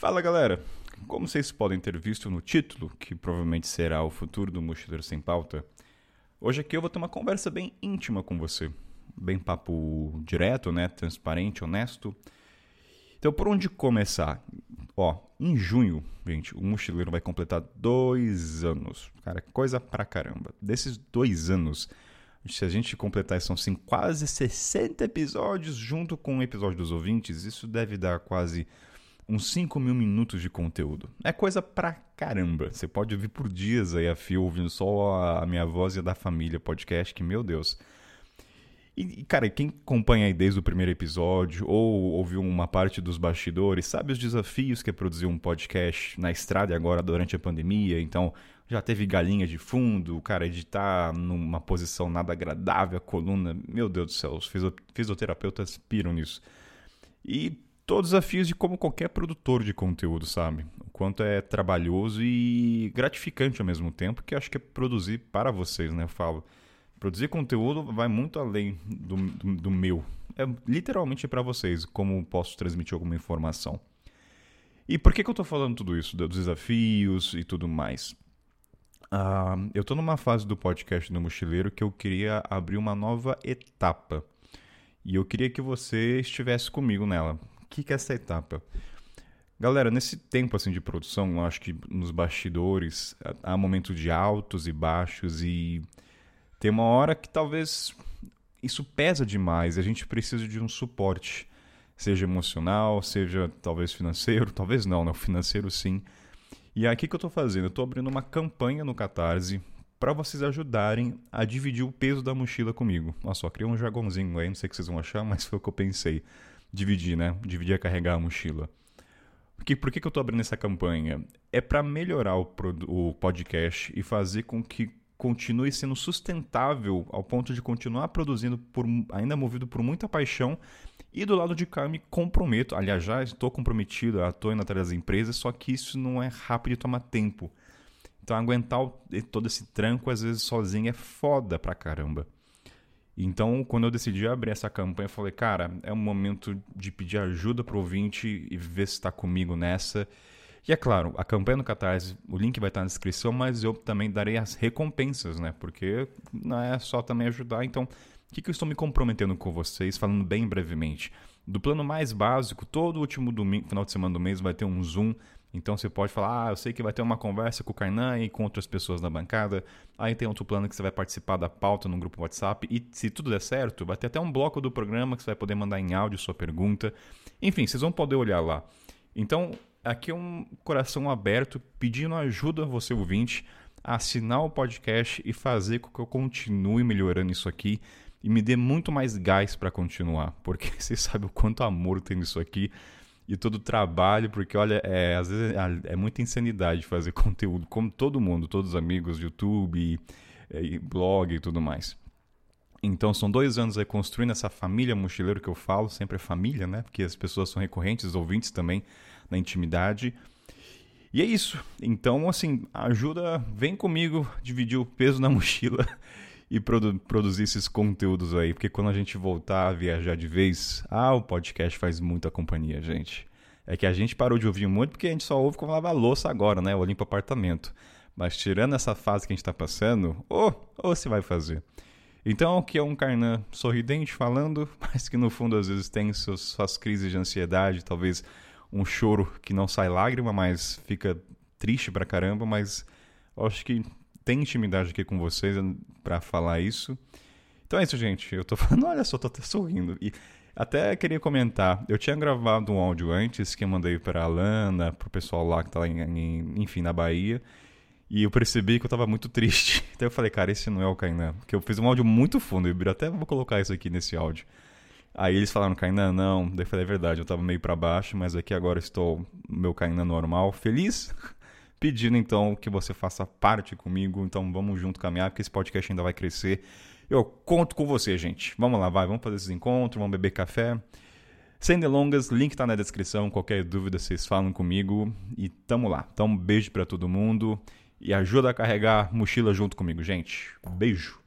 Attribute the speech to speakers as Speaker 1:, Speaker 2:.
Speaker 1: Fala galera, como vocês podem ter visto no título, que provavelmente será o futuro do Mochileiro Sem Pauta, hoje aqui eu vou ter uma conversa bem íntima com você, bem papo direto, né, transparente, honesto. Então por onde começar? Em junho, gente, o Mochileiro vai completar 2 anos, cara, coisa pra caramba. Desses 2 anos, se a gente completar, são assim, quase 60 episódios junto com o episódio dos ouvintes, isso deve dar quase uns 5 mil minutos de conteúdo. É coisa pra caramba. Você pode ouvir por dias aí a fio, ouvindo só a minha voz e a da família podcast, que meu Deus. E, cara, quem acompanha aí desde o primeiro episódio ou ouviu uma parte dos bastidores, sabe os desafios que é produzir um podcast na estrada agora durante a pandemia. Então, já teve galinha de fundo, cara, editar numa posição nada agradável, a coluna, meu Deus do céu, os fisioterapeutas piram nisso. E todos os desafios de como qualquer produtor de conteúdo, sabe? O quanto é trabalhoso e gratificante ao mesmo tempo, que acho que é produzir para vocês, né? Eu falo, produzir conteúdo vai muito além do meu. É literalmente para vocês, como posso transmitir alguma informação. E por que eu tô falando tudo isso? Dos desafios e tudo mais? Eu tô numa fase do podcast do Mochileiro que eu queria abrir uma nova etapa. E eu queria que você estivesse comigo nela. O que é essa etapa? Galera, nesse tempo assim de produção, eu acho que nos bastidores há momentos de altos e baixos e tem uma hora que talvez isso pesa demais e a gente precisa de um suporte, seja emocional, seja talvez financeiro, talvez não, né? O financeiro sim. E aí o que eu estou fazendo? Eu estou abrindo uma campanha no Catarse para vocês ajudarem a dividir o peso da mochila comigo. Olha só, criei um jargãozinho aí, não sei o que vocês vão achar, mas foi o que eu pensei. Dividir, né? Dividir é carregar a mochila. Por que eu estou abrindo essa campanha? É para melhorar o podcast e fazer com que continue sendo sustentável ao ponto de continuar produzindo, ainda movido por muita paixão. E do lado de cá eu me comprometo, aliás, já estou comprometido, estou indo atrás das empresas, só que isso não é rápido e toma tempo. Então aguentar todo esse tranco, às vezes sozinho, é foda pra caramba. Então, quando eu decidi abrir essa campanha, eu falei, cara, é um momento de pedir ajuda pro ouvinte e ver se está comigo nessa. E é claro, a campanha no Catarse, o link vai estar na descrição, mas eu também darei as recompensas, né? Porque não é só também ajudar. Então, o que eu estou me comprometendo com vocês, falando bem brevemente? Do plano mais básico, todo último domingo, final de semana do mês, vai ter um Zoom. Então você pode falar, eu sei que vai ter uma conversa com o Kainan e com outras pessoas da bancada. Aí tem outro plano que você vai participar da pauta num grupo WhatsApp. E se tudo der certo, vai ter até um bloco do programa que você vai poder mandar em áudio sua pergunta. Enfim, vocês vão poder olhar lá. Então, aqui é um coração aberto, pedindo ajuda a você ouvinte a assinar o podcast e fazer com que eu continue melhorando isso aqui e me dê muito mais gás para continuar. Porque vocês sabem o quanto amor tem nisso aqui. E todo o trabalho, porque olha, às vezes é muita insanidade fazer conteúdo, como todo mundo, todos os amigos, YouTube, e blog e tudo mais. Então são 2 anos aí construindo essa família mochileiro que eu falo, sempre é família, né? Porque as pessoas são recorrentes, os ouvintes também, na intimidade. E é isso. Então, assim, ajuda, vem comigo dividir o peso na mochila e produzir esses conteúdos aí. Porque quando a gente voltar a viajar de vez, o podcast faz muita companhia, gente. É que a gente parou de ouvir muito porque a gente só ouve como lavar louça agora, né? Ou limpa apartamento. Mas tirando essa fase que a gente tá passando, você vai fazer. Então, que é um Kainan sorridente falando, mas que no fundo às vezes tem suas crises de ansiedade, talvez um choro que não sai lágrima, mas fica triste pra caramba, mas eu acho que tem intimidade aqui com vocês pra falar isso. Então é isso, gente. Eu tô falando, olha só, tô até sorrindo. E até queria comentar, eu tinha gravado um áudio antes que eu mandei pra Alana, pro pessoal lá que tá lá, enfim, na Bahia. E eu percebi que eu tava muito triste. Então eu falei, cara, esse não é o Kainan. Porque eu fiz um áudio muito fundo. Eu até vou colocar isso aqui nesse áudio. Aí eles falaram, Kainan, não. Daí eu falei, é verdade, eu tava meio pra baixo, mas aqui agora estou meu Kainan normal, feliz. Pedindo então que você faça parte comigo. Então vamos junto caminhar, porque esse podcast ainda vai crescer. Eu conto com você, gente. Vamos lá, vamos fazer esses encontros, vamos beber café. Sem delongas, link tá na descrição. Qualquer dúvida, vocês falam comigo. E tamo lá. Então um beijo pra todo mundo. E ajuda a carregar mochila junto comigo, gente. Beijo.